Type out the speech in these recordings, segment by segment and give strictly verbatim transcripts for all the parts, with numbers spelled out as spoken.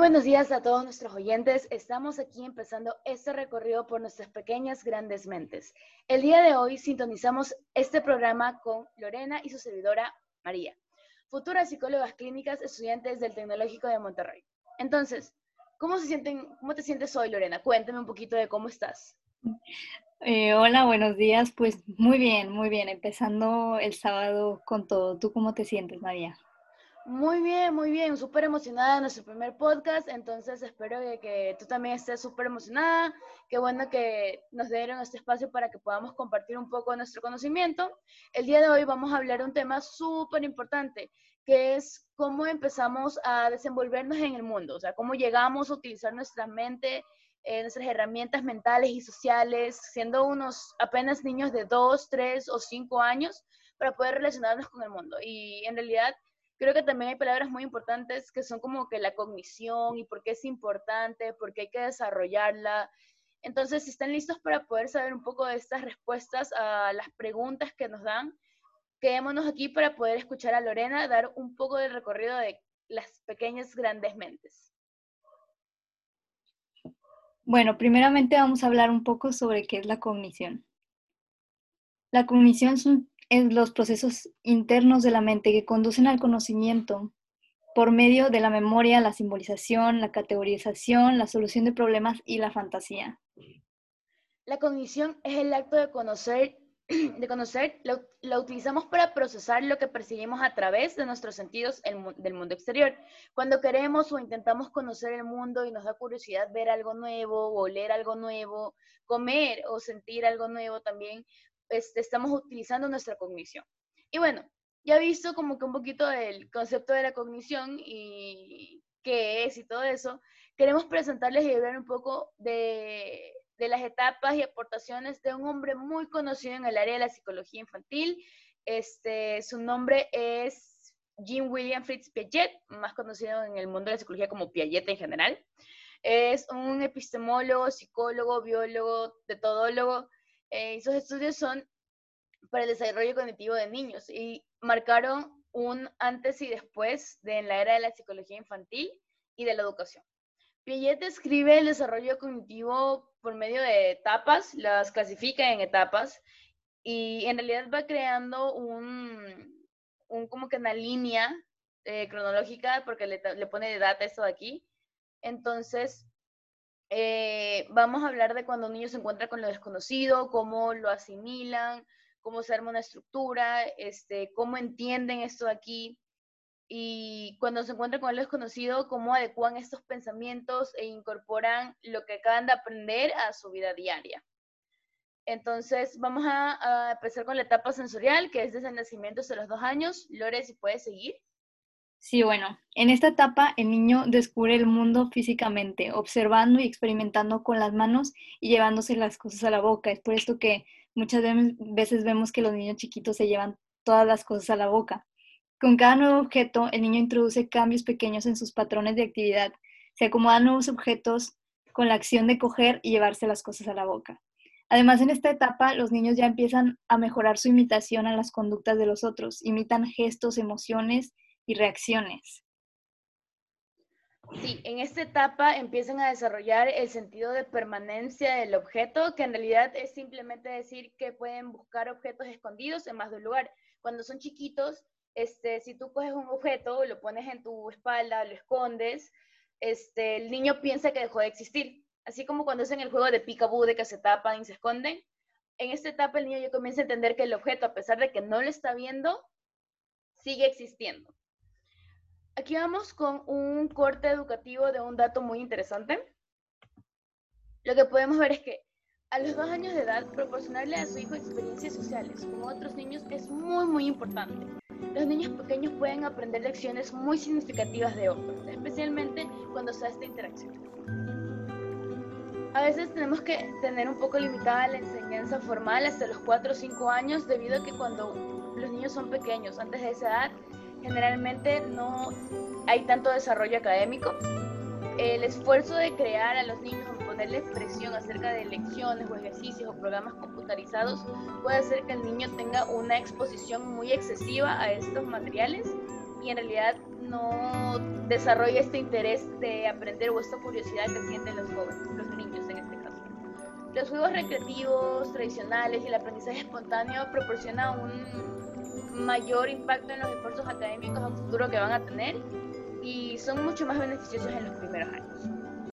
buenos días a todos nuestros oyentes. Estamos aquí empezando este recorrido por nuestras pequeñas grandes mentes. El día de hoy sintonizamos este programa con Lorena y su servidora María, futuras psicólogas clínicas estudiantes del Tecnológico de Monterrey. Entonces, ¿cómo se sienten, cómo te sientes hoy, Lorena? Cuéntame un poquito de cómo estás. Eh, hola, buenos días. Pues muy bien, muy bien. Empezando el sábado con todo. ¿Tú cómo te sientes, María? Muy bien, muy bien, súper emocionada de nuestro primer podcast, entonces espero que, que tú también estés súper emocionada. Qué bueno que nos dieron este espacio para que podamos compartir un poco de nuestro conocimiento. El día de hoy vamos a hablar de un tema súper importante, que es cómo empezamos a desenvolvernos en el mundo, o sea, cómo llegamos a utilizar nuestra mente, eh, nuestras herramientas mentales y sociales, siendo unos apenas niños de dos, tres o cinco años, para poder relacionarnos con el mundo. Y en realidad creo que también hay palabras muy importantes que son como que la cognición y por qué es importante, por qué hay que desarrollarla. Entonces, si están listos para poder saber un poco de estas respuestas a las preguntas que nos dan, quedémonos aquí para poder escuchar a Lorena dar un poco del recorrido de las pequeñas grandes mentes. Bueno, primeramente vamos a hablar un poco sobre qué es la cognición. La cognición son es los procesos internos de la mente que conducen al conocimiento por medio de la memoria, la simbolización, la categorización, la solución de problemas y la fantasía. La cognición es el acto de conocer, de conocer, lo, lo utilizamos para procesar lo que percibimos a través de nuestros sentidos el, del mundo exterior. Cuando queremos o intentamos conocer el mundo y nos da curiosidad ver algo nuevo, o oler algo nuevo, comer o sentir algo nuevo también, este, estamos utilizando nuestra cognición. Y bueno, ya visto como que un poquito del concepto de la cognición y qué es y todo eso, queremos presentarles y hablar un poco de de las etapas y aportaciones de un hombre muy conocido en el área de la psicología infantil. Este, su nombre es Jean William Fritz Piaget, más conocido en el mundo de la psicología como Piaget en general. Es un epistemólogo, psicólogo, biólogo, todólogo, eh, y sus estudios son para el desarrollo cognitivo de niños y marcaron un antes y después de en la era de la psicología infantil y de la educación. Piaget describe el desarrollo cognitivo por medio de etapas, las clasifica en etapas y en realidad va creando un, un como que una línea eh, cronológica porque le, le, pone de data esto de aquí. Entonces, eh, vamos a hablar de cuando un niño se encuentra con lo desconocido, cómo lo asimilan, cómo se arma una estructura, este, cómo entienden esto de aquí. Y cuando se encuentran con lo desconocido, cómo adecuan estos pensamientos e incorporan lo que acaban de aprender a su vida diaria. Entonces, vamos a, a empezar con la etapa sensorial, que es desde el nacimiento hasta los dos años. Lore, si puedes seguir. Sí, bueno, en esta etapa el niño descubre el mundo físicamente, observando y experimentando con las manos y llevándose las cosas a la boca. Es por esto que muchas veces vemos que los niños chiquitos se llevan todas las cosas a la boca. Con cada nuevo objeto, el niño introduce cambios pequeños en sus patrones de actividad. Se acomodan nuevos objetos con la acción de coger y llevarse las cosas a la boca. Además, en esta etapa, los niños ya empiezan a mejorar su imitación a las conductas de los otros. Imitan gestos, emociones y reacciones. Sí, en esta etapa empiezan a desarrollar el sentido de permanencia del objeto, que en realidad es simplemente decir que pueden buscar objetos escondidos en más de un lugar. Cuando son chiquitos, este, si tú coges un objeto, lo pones en tu espalda, lo escondes, este, el niño piensa que dejó de existir. Así como cuando hacen el juego de peekaboo, de que se tapan y se esconden. En esta etapa el niño ya comienza a entender que el objeto, a pesar de que no lo está viendo, sigue existiendo. Aquí vamos con un corte educativo de un dato muy interesante. Lo que podemos ver es que a los dos años de edad, proporcionarle a su hijo experiencias sociales con otros niños es muy, muy importante. Los niños pequeños pueden aprender lecciones muy significativas de otros, especialmente cuando se da esta interacción. A veces tenemos que tener un poco limitada la enseñanza formal hasta los cuatro o cinco años, debido a que cuando los niños son pequeños, antes de esa edad, generalmente no hay tanto desarrollo académico. El esfuerzo de crear a los niños o ponerles presión acerca de lecciones o ejercicios o programas computarizados puede hacer que el niño tenga una exposición muy excesiva a estos materiales y en realidad no desarrolla este interés de aprender o esta curiosidad que sienten los jóvenes, los niños en este caso. Los juegos recreativos tradicionales y el aprendizaje espontáneo proporcionan un mayor impacto en los esfuerzos académicos a futuro que van a tener y son mucho más beneficiosos en los primeros años.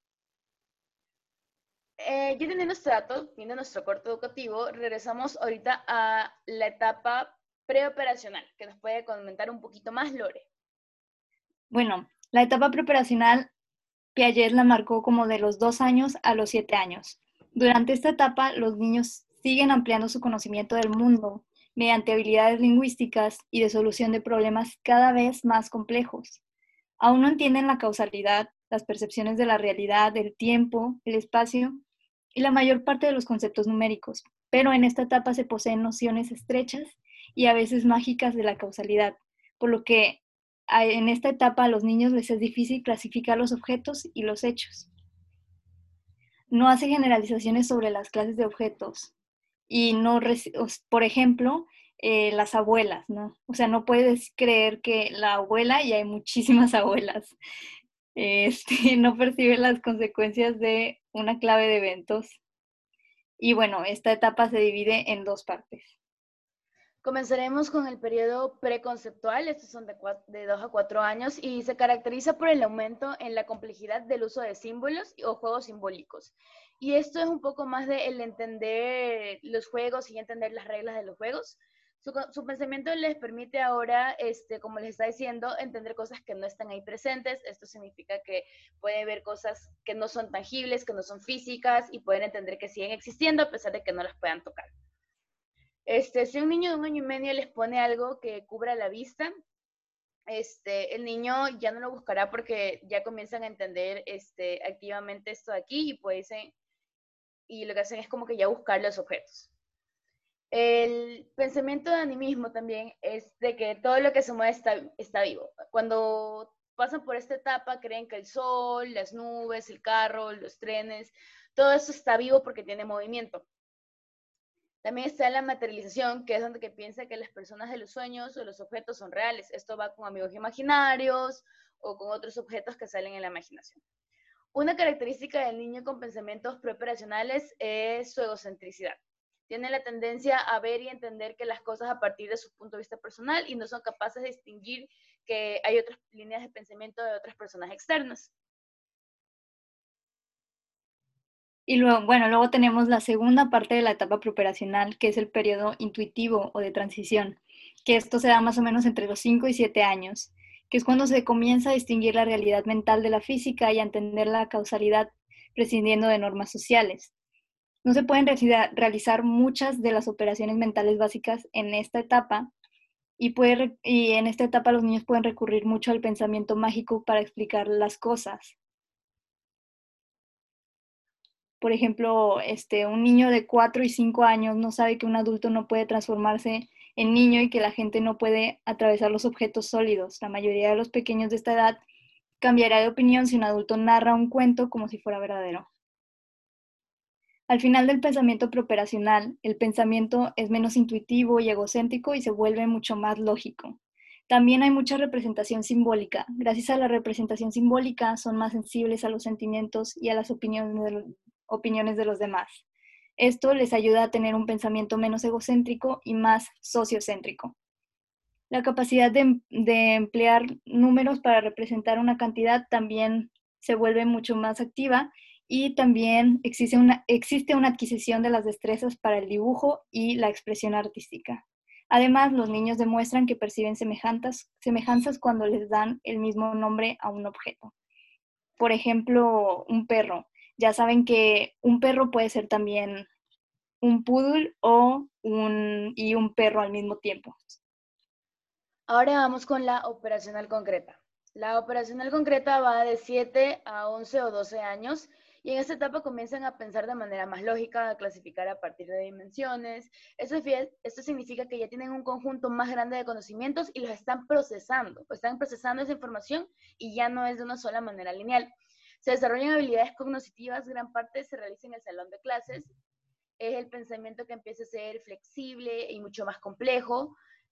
Eh, ya teniendo nuestro dato, viendo nuestro corte educativo, regresamos ahorita a la etapa preoperacional, que nos puede comentar un poquito más Lore. Bueno, la etapa preoperacional, Piaget la marcó como de los dos años a los siete años. Durante esta etapa, los niños siguen ampliando su conocimiento del mundo mediante habilidades lingüísticas y de solución de problemas cada vez más complejos. Aún no entienden la causalidad, las percepciones de la realidad, del tiempo, el espacio y la mayor parte de los conceptos numéricos, pero en esta etapa se poseen nociones estrechas y a veces mágicas de la causalidad, por lo que en esta etapa a los niños les es difícil clasificar los objetos y los hechos. No hace generalizaciones sobre las clases de objetos y no, por ejemplo, eh, las abuelas, ¿no? O sea, no puedes creer que la abuela, y hay muchísimas abuelas, este, no percibe las consecuencias de una clave de eventos. Y bueno, esta etapa se divide en dos partes. Comenzaremos con el periodo preconceptual, estos son de, de dos a cuatro años, y se caracteriza por el aumento en la complejidad del uso de símbolos o juegos simbólicos. Y esto es un poco más de el entender los juegos y entender las reglas de los juegos. Su, su pensamiento les permite ahora, este, como les está diciendo, entender cosas que no están ahí presentes. Esto significa que pueden ver cosas que no son tangibles, que no son físicas, y pueden entender que siguen existiendo a pesar de que no las puedan tocar. Este, si un niño de un año y medio les pone algo que cubra la vista, este, el niño ya no lo buscará porque ya comienzan a entender este, activamente esto de aquí y, pues, y lo que hacen es como que ya buscar los objetos. El pensamiento de animismo también es de que todo lo que se mueve está, está vivo. Cuando pasan por esta etapa creen que el sol, las nubes, el carro, los trenes, todo eso está vivo porque tiene movimiento. También está la materialización, que es donde que piensa que las personas de los sueños o los objetos son reales. Esto va con amigos imaginarios o con otros objetos que salen en la imaginación. Una característica del niño con pensamientos preoperacionales es su egocentricidad. Tiene la tendencia a ver y entender que las cosas a partir de su punto de vista personal y no son capaces de distinguir que hay otras líneas de pensamiento de otras personas externas. Y luego, bueno, luego tenemos la segunda parte de la etapa preoperacional, que es el periodo intuitivo o de transición, que esto se da más o menos entre los cinco y siete años, que es cuando se comienza a distinguir la realidad mental de la física y a entender la causalidad prescindiendo de normas sociales. No se pueden realizar muchas de las operaciones mentales básicas en esta etapa y, puede, y en esta etapa los niños pueden recurrir mucho al pensamiento mágico para explicar las cosas. Por ejemplo, este, un niño de cuatro y cinco años no sabe que un adulto no puede transformarse en niño y que la gente no puede atravesar los objetos sólidos. La mayoría de los pequeños de esta edad cambiará de opinión si un adulto narra un cuento como si fuera verdadero. Al final del pensamiento preoperacional, el pensamiento es menos intuitivo y egocéntrico y se vuelve mucho más lógico. También hay mucha representación simbólica. Gracias a la representación simbólica son más sensibles a los sentimientos y a las opiniones de, opiniones de los demás. Esto les ayuda a tener un pensamiento menos egocéntrico y más sociocéntrico. La capacidad de, de emplear números para representar una cantidad también se vuelve mucho más activa y también existe una, existe una adquisición de las destrezas para el dibujo y la expresión artística. Además, los niños demuestran que perciben semejanzas, semejanzas cuando les dan el mismo nombre a un objeto. Por ejemplo, un perro. Ya saben que un perro puede ser también un poodle o un, y un perro al mismo tiempo. Ahora vamos con la operacional concreta. La operacional concreta va de siete a once o doce años y en esta etapa comienzan a pensar de manera más lógica, a clasificar a partir de dimensiones. Esto, esto significa que ya tienen un conjunto más grande de conocimientos y los están procesando. Están procesando esa información y ya no es de una sola manera lineal. Se desarrollan habilidades cognitivas, gran parte se realiza en el salón de clases. Es el pensamiento que empieza a ser flexible y mucho más complejo.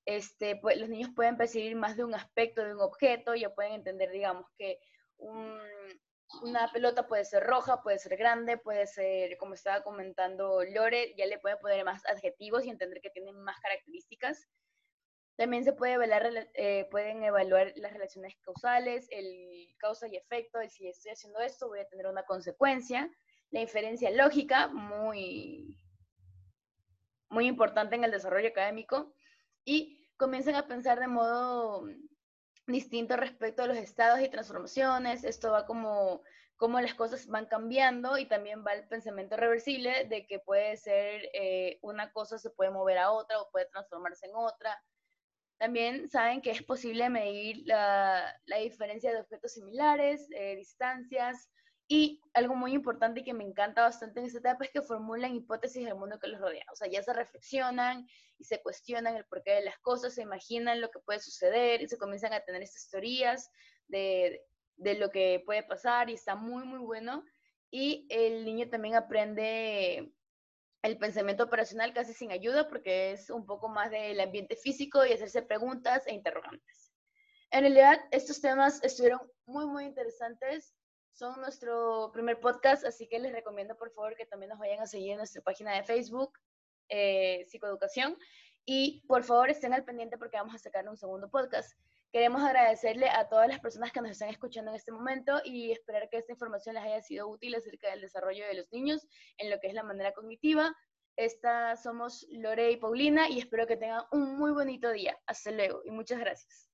Este, pues, los niños pueden percibir más de un aspecto de un objeto, ya pueden entender, digamos, que un, una pelota puede ser roja, puede ser grande, puede ser, como estaba comentando Lore, ya le pueden poner más adjetivos y entender que tienen más características. También se puede evaluar, eh, pueden evaluar las relaciones causales, el causa y efecto, el si estoy haciendo esto voy a tener una consecuencia, la inferencia lógica, muy, muy importante en el desarrollo académico, y comienzan a pensar de modo distinto respecto a los estados y transformaciones. Esto va como cómo las cosas van cambiando, y también va el pensamiento reversible de que puede ser eh, una cosa se puede mover a otra o puede transformarse en otra. También saben que es posible medir la, la diferencia de objetos similares, eh, distancias, y algo muy importante y que me encanta bastante en esta etapa es que formulan hipótesis del mundo que los rodea. O sea, ya se reflexionan y se cuestionan el porqué de las cosas, se imaginan lo que puede suceder y se comienzan a tener estas teorías de, de lo que puede pasar, y está muy, muy bueno. Y el niño también aprende el pensamiento operacional casi sin ayuda, porque es un poco más del ambiente físico y hacerse preguntas e interrogantes. En realidad, estos temas estuvieron muy, muy interesantes. Son nuestro primer podcast, así que les recomiendo por favor que también nos vayan a seguir en nuestra página de Facebook, eh, Psicoeducación, y por favor estén al pendiente porque vamos a sacar un segundo podcast. Queremos agradecerle a todas las personas que nos están escuchando en este momento y esperar que esta información les haya sido útil acerca del desarrollo de los niños en lo que es la manera cognitiva. Esta somos Lore y Paulina y espero que tengan un muy bonito día. Hasta luego y muchas gracias.